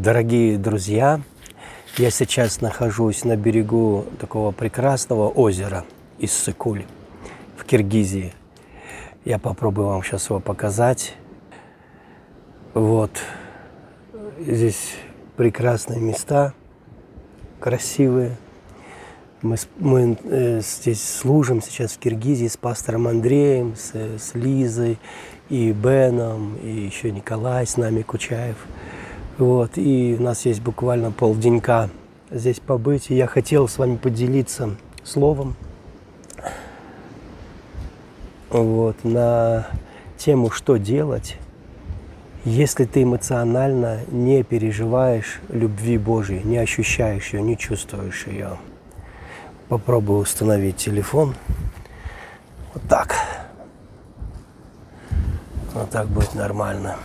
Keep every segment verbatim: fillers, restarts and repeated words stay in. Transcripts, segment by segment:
Дорогие друзья, я сейчас нахожусь на берегу такого прекрасного озера Иссык-Куль в Киргизии. Я попробую вам сейчас его показать. Вот. Здесь прекрасные места, красивые. Мы, мы э, здесь служим сейчас в Киргизии с пастором Андреем, с, с Лизой и Беном, и еще Николай с нами, Кучаев. Вот, и у нас есть буквально полденька здесь побыть, и я хотел с вами поделиться словом вот, на тему, что делать, если ты эмоционально не переживаешь любви Божьей, не ощущаешь ее, не чувствуешь ее. Попробую установить телефон. Вот так. Вот так будет нормально.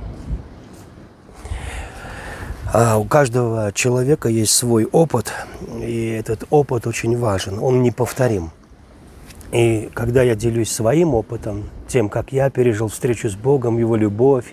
А у каждого человека есть свой опыт, и этот опыт очень важен, он неповторим. И когда я делюсь своим опытом, тем, как я пережил встречу с Богом, Его любовь,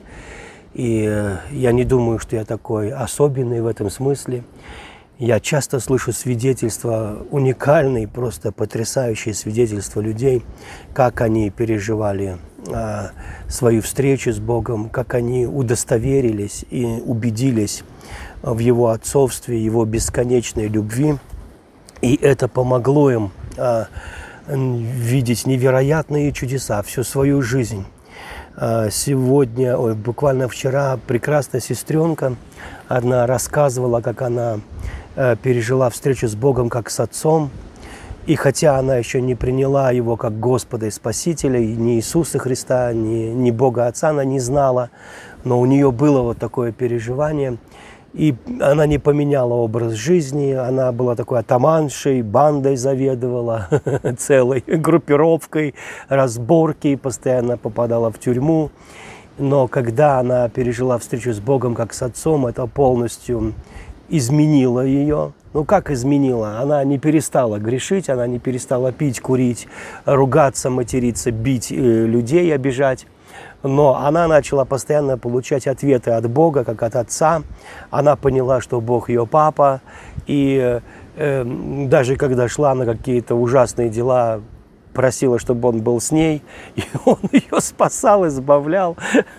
и я не думаю, что я такой особенный в этом смысле, я часто слышу свидетельства, уникальные, просто потрясающие свидетельства людей, как они переживали а, свою встречу с Богом, как они удостоверились и убедились в Его отцовстве, Его бесконечной любви. И это помогло им а, видеть невероятные чудеса всю свою жизнь. А, сегодня, ой, буквально вчера, прекрасная сестренка, она рассказывала, как она пережила встречу с Богом как с Отцом. И хотя она еще не приняла Его как Господа и Спасителя, ни Иисуса Христа, ни, ни Бога Отца она не знала, но у нее было вот такое переживание. И она не поменяла образ жизни, она была такой атаманшей, бандой заведовала, целой группировкой, разборки, постоянно попадала в тюрьму. Но когда она пережила встречу с Богом как с Отцом, это полностью изменило ее. Ну как изменило? Она не перестала грешить, она не перестала пить, курить, ругаться, материться, бить людей, обижать. Но она начала постоянно получать ответы от Бога, как от Отца. Она поняла, что Бог ее папа. И э, даже когда шла на какие-то ужасные дела, просила, чтобы он был с ней, и он ее спасал, избавлял.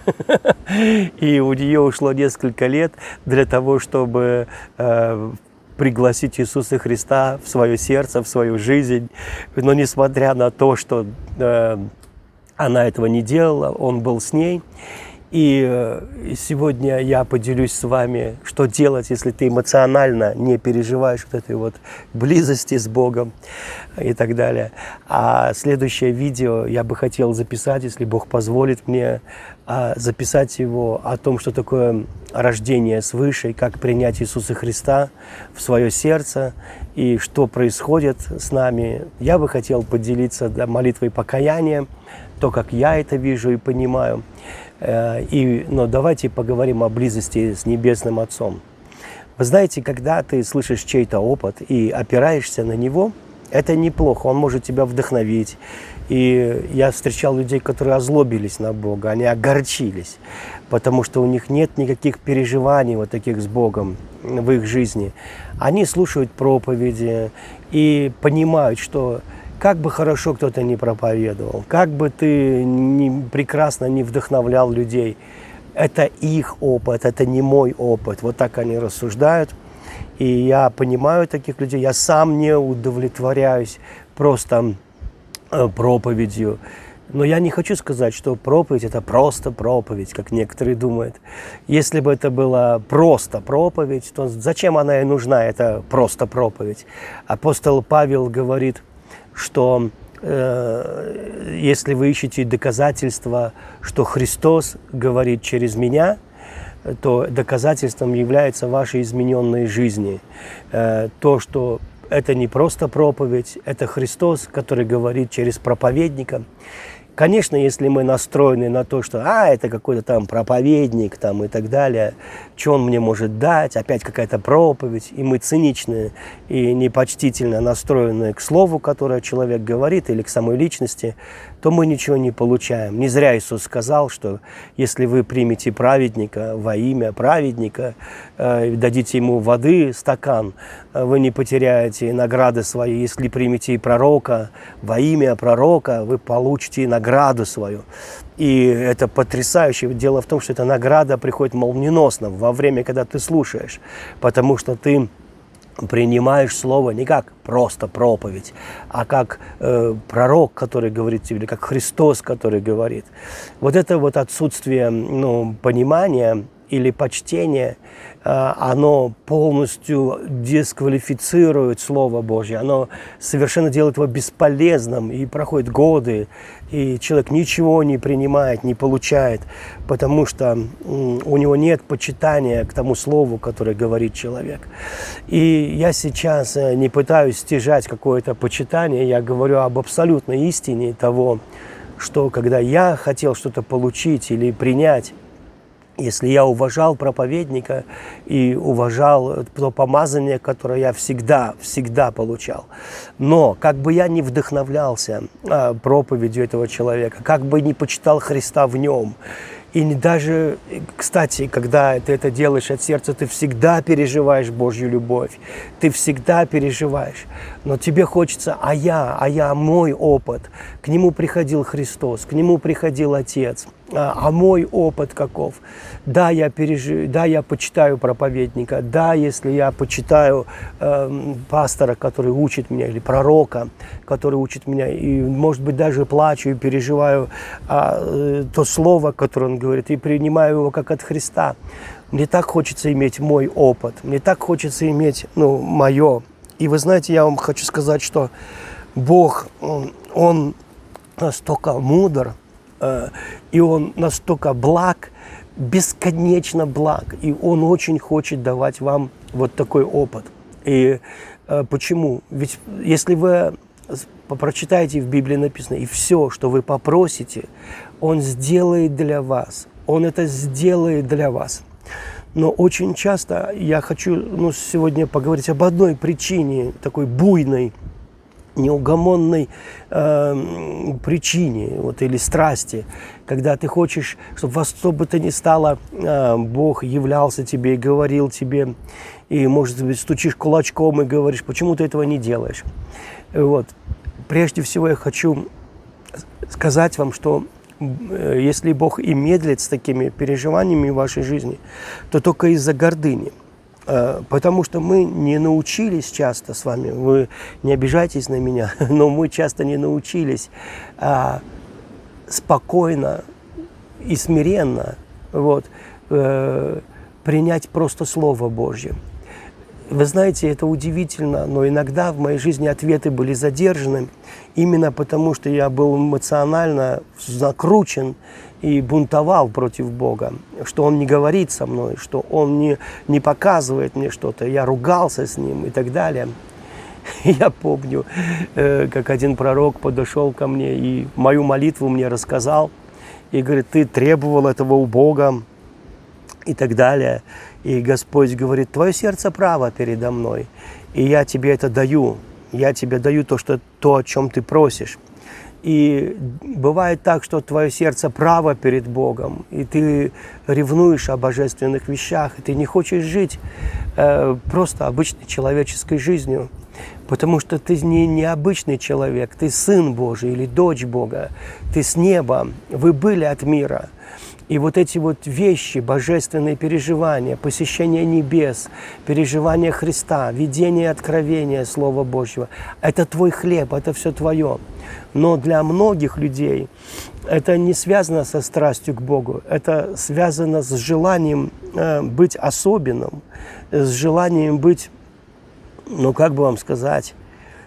И у нее ушло несколько лет для того, чтобы э, пригласить Иисуса Христа в свое сердце, в свою жизнь. Но несмотря на то, что э, она этого не делала, он был с ней. И сегодня я поделюсь с вами, что делать, если ты эмоционально не переживаешь вот этой вот близости с Богом и так далее. А следующее видео я бы хотел записать, если Бог позволит мне, записать его о том, что такое рождение свыше, и как принять Иисуса Христа в свое сердце, и что происходит с нами. Я бы хотел поделиться молитвой покаяния, то, как я это вижу и понимаю. И, но давайте поговорим о близости с Небесным Отцом. Вы знаете, когда ты слышишь чей-то опыт и опираешься на него, это неплохо, он может тебя вдохновить. И я встречал людей, которые озлобились на Бога, они огорчились, потому что у них нет никаких переживаний вот таких с Богом в их жизни. Они слушают проповеди и понимают, что как бы хорошо кто-то ни проповедовал, как бы ты ни, прекрасно не вдохновлял людей, это их опыт, это не мой опыт. Вот так они рассуждают. И я понимаю таких людей. Я сам не удовлетворяюсь просто проповедью. Но я не хочу сказать, что проповедь – это просто проповедь, как некоторые думают. Если бы это была просто проповедь, то зачем она и нужна, это просто проповедь? Апостол Павел говорит, что э, если вы ищете доказательства, что Христос говорит через меня, то доказательством является вашей измененной жизни. Э, то, что это не просто проповедь, это Христос, который говорит через проповедника. Конечно, если мы настроены на то, что а, это какой-то там проповедник там, и так далее, что он мне может дать, опять какая-то проповедь, и мы циничны и непочтительно настроены к слову, которое человек говорит, или к самой личности, то мы ничего не получаем. Не зря Иисус сказал, что если вы примете праведника во имя праведника, э, дадите ему воды, стакан, вы не потеряете награды свои. Если примете пророка во имя пророка, вы получите награду свою. И это потрясающе. Дело в том, что эта награда приходит молниеносно во время, когда ты слушаешь, потому что ты принимаешь слово не как просто проповедь, а как э, пророк, который говорит тебе, или как Христос, который говорит. Вот это вот отсутствие ну, понимания или почтения, э, оно полностью дисквалифицирует Слово Божье, оно совершенно делает его бесполезным, и проходят годы, и человек ничего не принимает, не получает, потому что у него нет почитания к тому слову, которое говорит человек. И я сейчас не пытаюсь стяжать какое-то почитание, я говорю об абсолютной истине того, что когда я хотел что-то получить или принять, если я уважал проповедника и уважал то помазание, которое я всегда, всегда получал, но как бы я не вдохновлялся а, проповедью этого человека, как бы не почитал Христа в нем, и не даже, кстати, когда ты это делаешь от сердца, ты всегда переживаешь Божью любовь, ты всегда переживаешь, но тебе хочется, а я, а я, мой опыт, к нему приходил Христос, к нему приходил Отец, а, а мой опыт каков? Да, я переживаю, да, я почитаю проповедника, да, если я почитаю э, пастора, который учит меня, или пророка, который учит меня, и, может быть, даже плачу и переживаю э, то слово, которое он говорит, и принимаю его как от Христа. Мне так хочется иметь мой опыт, мне так хочется иметь, ну, мое. И вы знаете, я вам хочу сказать, что Бог, Он, он настолько мудр, э, и Он настолько благ, бесконечно благ, и Он очень хочет давать вам вот такой опыт. И э, почему? Ведь если вы прочитаете, в Библии написано, и все, что вы попросите, Он сделает для вас. Он это сделает для вас. Но очень часто я хочу ну, сегодня поговорить об одной причине, такой буйной, неугомонной э, причине вот, или страсти, когда ты хочешь, чтобы во что бы то ни стало э, Бог являлся тебе и говорил тебе, и, может быть, стучишь кулачком и говоришь, почему ты этого не делаешь. Вот. Прежде всего я хочу сказать вам, что э, если Бог и медлит с такими переживаниями в вашей жизни, то только из-за гордыни. Потому что мы не научились часто с вами, вы не обижайтесь на меня, но мы часто не научились а, спокойно и смиренно вот, э, принять просто Слово Божье. Вы знаете, это удивительно, но иногда в моей жизни ответы были задержаны, именно потому что я был эмоционально закручен и бунтовал против Бога, что Он не говорит со мной, что Он не, не показывает мне что-то, я ругался с Ним и так далее. Я помню, как один пророк подошел ко мне и мою молитву мне рассказал, и говорит, ты требовал этого у Бога и так далее. И Господь говорит, твое сердце право передо мной, и я тебе это даю, я тебе даю то, что, то, о чем ты просишь. И бывает так, что твое сердце право перед Богом, и ты ревнуешь о божественных вещах, и ты не хочешь жить э, просто обычной человеческой жизнью, потому что ты не необычный человек, ты сын Божий или дочь Бога, ты с неба, вы были от мира. И вот эти вот вещи, божественные переживания, посещение небес, переживание Христа, видение откровения Слова Божьего, это твой хлеб, это все твое. Но для многих людей это не связано со страстью к Богу, это связано с желанием э, быть особенным, с желанием быть, ну как бы вам сказать,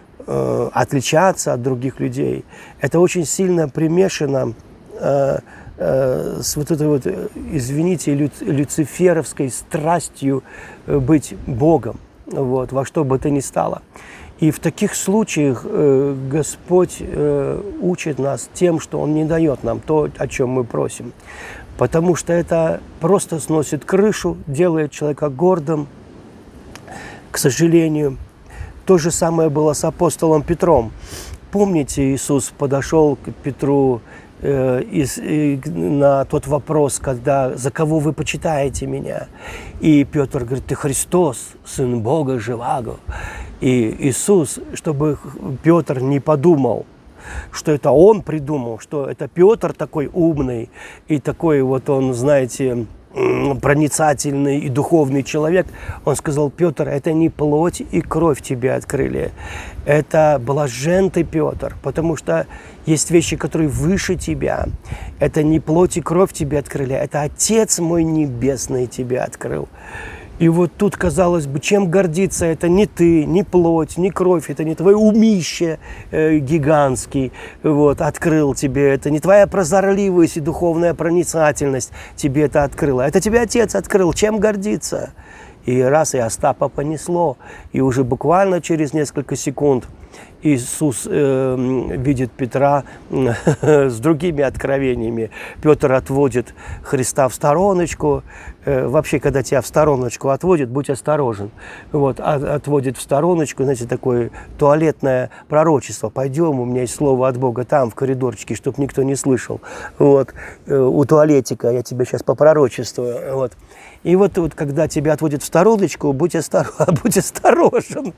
э, отличаться от других людей. Это очень сильно примешано э, э, с вот этой вот, извините, лю, люциферовской страстью быть Богом, вот, во что бы то ни стало. И в таких случаях э, Господь э, учит нас тем, что Он не дает нам то, о чем мы просим. Потому что это просто сносит крышу, делает человека гордым, к сожалению. То же самое было с апостолом Петром. помните, Иисус подошел к Петру э, и, и, на тот вопрос, когда «За кого вы почитаете меня?» И Петр говорит: «Ты Христос, Сын Бога живаго». И Иисус, чтобы Петр не подумал, что это он придумал, что это Петр такой умный и такой вот он, знаете, проницательный и духовный человек, он сказал: «Петр, это не плоть и кровь тебе открыли, это блажен ты, Петр, потому что есть вещи, которые выше тебя. Это не плоть и кровь тебе открыли, это Отец мой Небесный тебе открыл». И вот тут, казалось бы, чем гордиться? Это не ты, не плоть, не кровь, это не твое умище э, гигантский вот, открыл тебе, это не твоя прозорливость и духовная проницательность тебе это открыла. Это тебе Отец открыл, чем гордиться? И раз и Остапа понесло, и уже буквально через несколько секунд Иисус э, видит Петра э, с другими откровениями. Петр отводит Христа в стороночку. Э, вообще, когда тебя в стороночку отводят, будь осторожен. Вот, от, отводит в стороночку, знаете, такое туалетное пророчество. Пойдем, у меня есть слово от Бога там, в коридорчике, чтобы никто не слышал. Вот, э, у туалетика я тебе сейчас попророчествую. Вот. И вот, вот когда тебя отводят в стороночку, будь, остор... будь осторожен.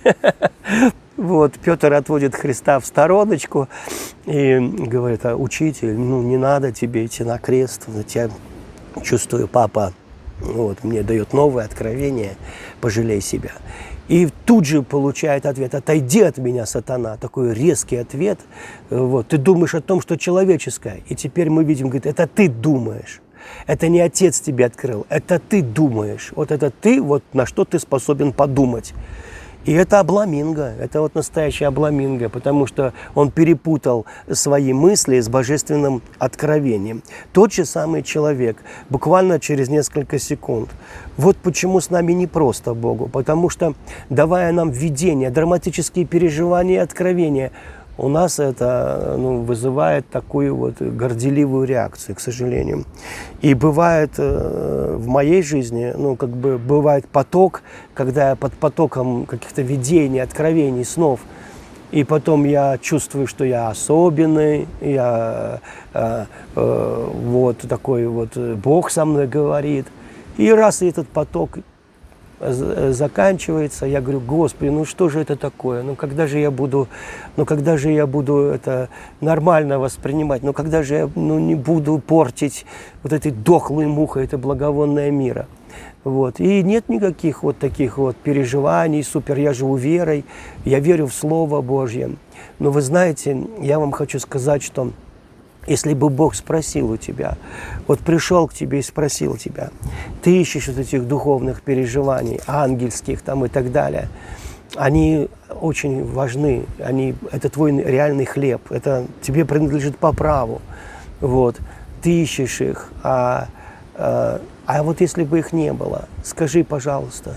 Вот, Петр отводит Христа в стороночку и говорит: «А, учитель, ну не надо тебе идти на крест, я чувствую, папа вот, мне дает новое откровение, пожалей себя». И тут же получает ответ: «Отойди от меня, сатана». Такой резкий ответ. Вот, ты думаешь о том, что человеческое. И теперь мы видим, говорит, это ты думаешь. Это не Отец тебе открыл, это ты думаешь. Вот это ты, вот на что ты способен подумать. И это обламинго, это вот настоящая обламинго, потому что он перепутал свои мысли с божественным откровением. Тот же самый человек, буквально через несколько секунд. Вот почему с нами непросто Богу, потому что, давая нам видение, драматические переживания и откровения, у нас это ну, вызывает такую вот горделивую реакцию, к сожалению. И бывает э, в моей жизни, ну, как бы бывает поток, когда я под потоком каких-то видений, откровений, снов, и потом я чувствую, что я особенный, я э, э, вот такой вот Бог со мной говорит. И раз и этот поток заканчивается, я говорю: Господи, ну что же это такое? Ну когда же я буду, ну когда же я буду это нормально воспринимать? Ну когда же я ну, не буду портить вот этой дохлой мухой это благовонное мира? Вот. И нет никаких вот таких вот переживаний, супер, я живу верой, я верю в Слово Божье. Но вы знаете, я вам хочу сказать, что если бы Бог спросил у тебя, вот пришел к тебе и спросил тебя, ты ищешь вот этих духовных переживаний, ангельских там и так далее, они очень важны, они, это твой реальный хлеб, это тебе принадлежит по праву, вот, ты ищешь их, а, а, а вот если бы их не было, скажи, пожалуйста,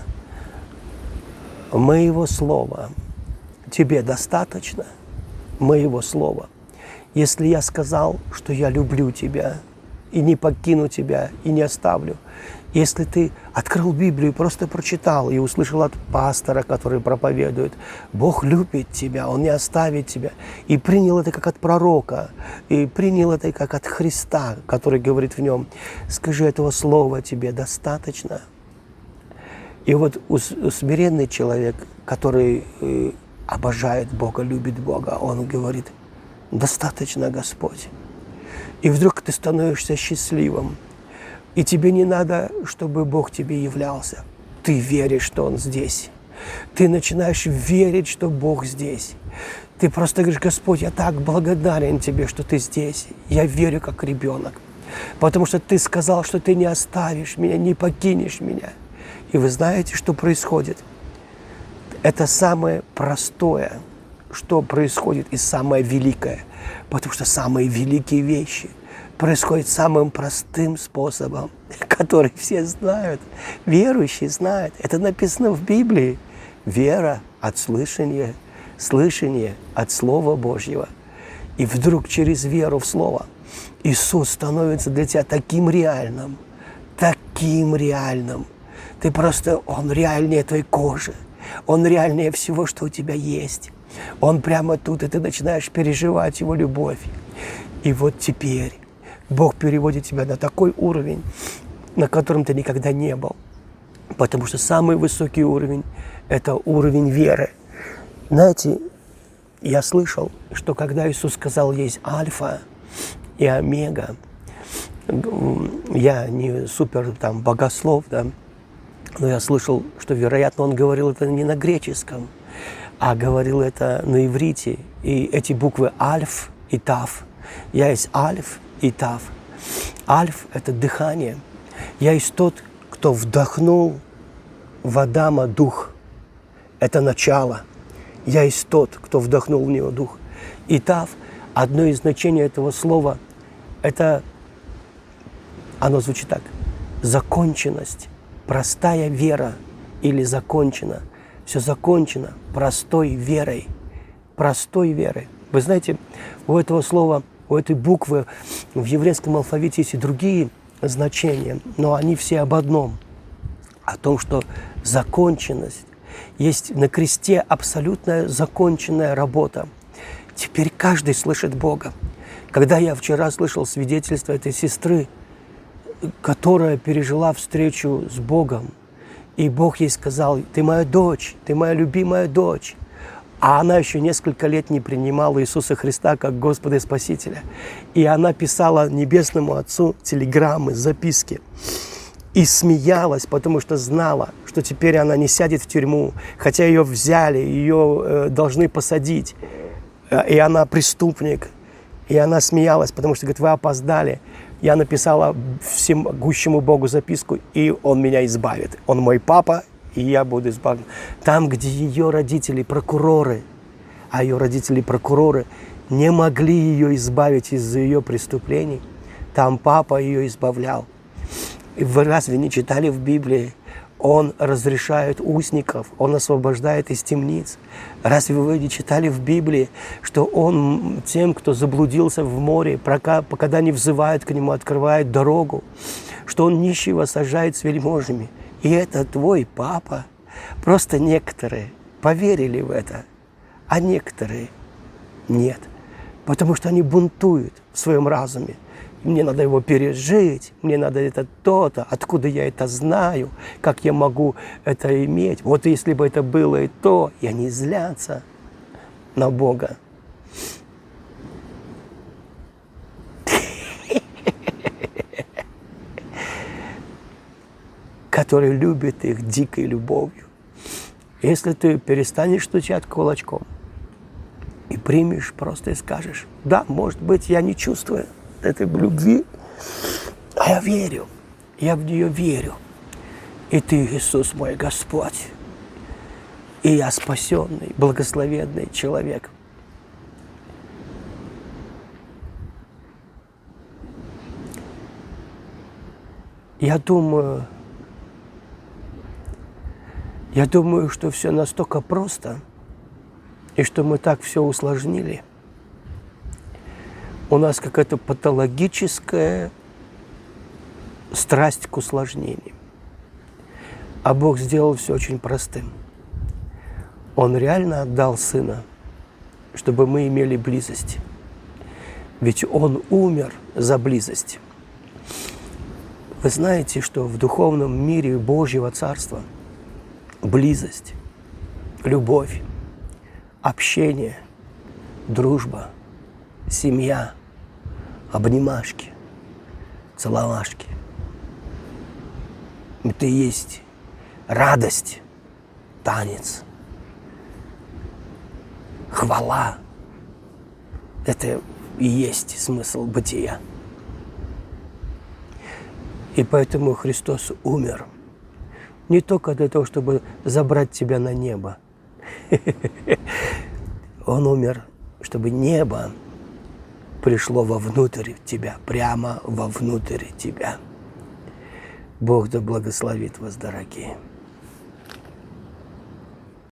моего слова тебе достаточно, моего слова? Если я сказал, что я люблю тебя, и не покину тебя, и не оставлю, если ты открыл Библию и просто прочитал, и услышал от пастора, который проповедует, Бог любит тебя, Он не оставит тебя, и принял это как от пророка, и принял это как от Христа, который говорит в нем, скажи, этого слова тебе достаточно? И вот смиренный человек, который обожает Бога, любит Бога, он говорит: достаточно, Господь. И вдруг ты становишься счастливым. И тебе не надо, чтобы Бог тебе являлся. Ты веришь, что Он здесь. Ты начинаешь верить, что Бог здесь. Ты просто говоришь: Господь, я так благодарен Тебе, что Ты здесь. Я верю, как ребенок. Потому что Ты сказал, что Ты не оставишь меня, не покинешь меня. И вы знаете, что происходит? Это самое простое, что происходит, и самое великое. Потому что самые великие вещи происходят самым простым способом, который все знают, верующие знают. Это написано в Библии. Вера от слышания, слышание от Слова Божьего. И вдруг через веру в Слово Иисус становится для тебя таким реальным, таким реальным. Ты просто, Он реальнее твоей кожи, Он реальнее всего, что у тебя есть. Он прямо тут, и ты начинаешь переживать Его любовь. И вот теперь Бог переводит тебя на такой уровень, на котором ты никогда не был. Потому что самый высокий уровень – это уровень веры. Знаете, я слышал, что когда Иисус сказал, есть альфа и омега, я не супер там богослов, да, но я слышал, что, вероятно, он говорил это не на греческом, а говорил это на иврите. И эти буквы альф и тав. Я есть альф и тав. Альф – это дыхание. Я есть тот, кто вдохнул в Адама дух. Это начало. Я есть тот, кто вдохнул в него дух. И тав, одно из значений этого слова, это, оно звучит так: законченность, простая вера или закончено. Все закончено простой верой. Простой верой. Вы знаете, у этого слова, у этой буквы в еврейском алфавите есть и другие значения, но они все об одном. О том, что законченность. Есть на кресте абсолютная законченная работа. Теперь каждый слышит Бога. Когда я вчера слышал свидетельство этой сестры, которая пережила встречу с Богом, и Бог ей сказал: ты моя дочь, ты моя любимая дочь. А она еще несколько лет не принимала Иисуса Христа как Господа и Спасителя. И она писала Небесному Отцу телеграммы, записки. И смеялась, потому что знала, что теперь она не сядет в тюрьму, хотя ее взяли, ее э, должны посадить. И она преступник. И она смеялась, потому что говорит: вы опоздали. Я написала всемогущему Богу записку, и Он меня избавит. Он мой папа, и я буду избавлен. Там, где ее родители прокуроры, а ее родители прокуроры не могли ее избавить из-за ее преступлений, там папа ее избавлял. И вы разве не читали в Библии? Он разрешает узников, Он освобождает из темниц. Разве вы не читали в Библии, что Он тем, кто заблудился в море, пока, когда не взывают к Нему, открывает дорогу, что Он нищего сажает с вельможами? И это твой папа. Просто некоторые поверили в это, а некоторые нет. Потому что они бунтуют в своем разуме. Мне надо его пережить, мне надо это то-то, откуда я это знаю, как я могу это иметь. Вот если бы это было и то, и они злятся на Бога. Который любит их дикой любовью. Если ты перестанешь стучать кулачком и примешь просто и скажешь: да, может быть, я не чувствую этой любви, а я верю, я в нее верю. И ты, Иисус мой Господь, и я спасенный, благословенный человек. Я думаю, я думаю, что все настолько просто, и что мы так все усложнили. У нас какая-то патологическая страсть к усложнениям. А Бог сделал все очень простым. Он реально отдал Сына, чтобы мы имели близость. Ведь Он умер за близость. Вы знаете, что в духовном мире Божьего Царства близость, любовь, общение, дружба, семья, обнимашки, целовашки. Это и есть радость, танец, хвала. Это и есть смысл бытия. И поэтому Христос умер. Не только для того, чтобы забрать тебя на небо. Он умер, чтобы небо пришло вовнутрь тебя, прямо вовнутрь тебя. Бог да благословит вас, дорогие.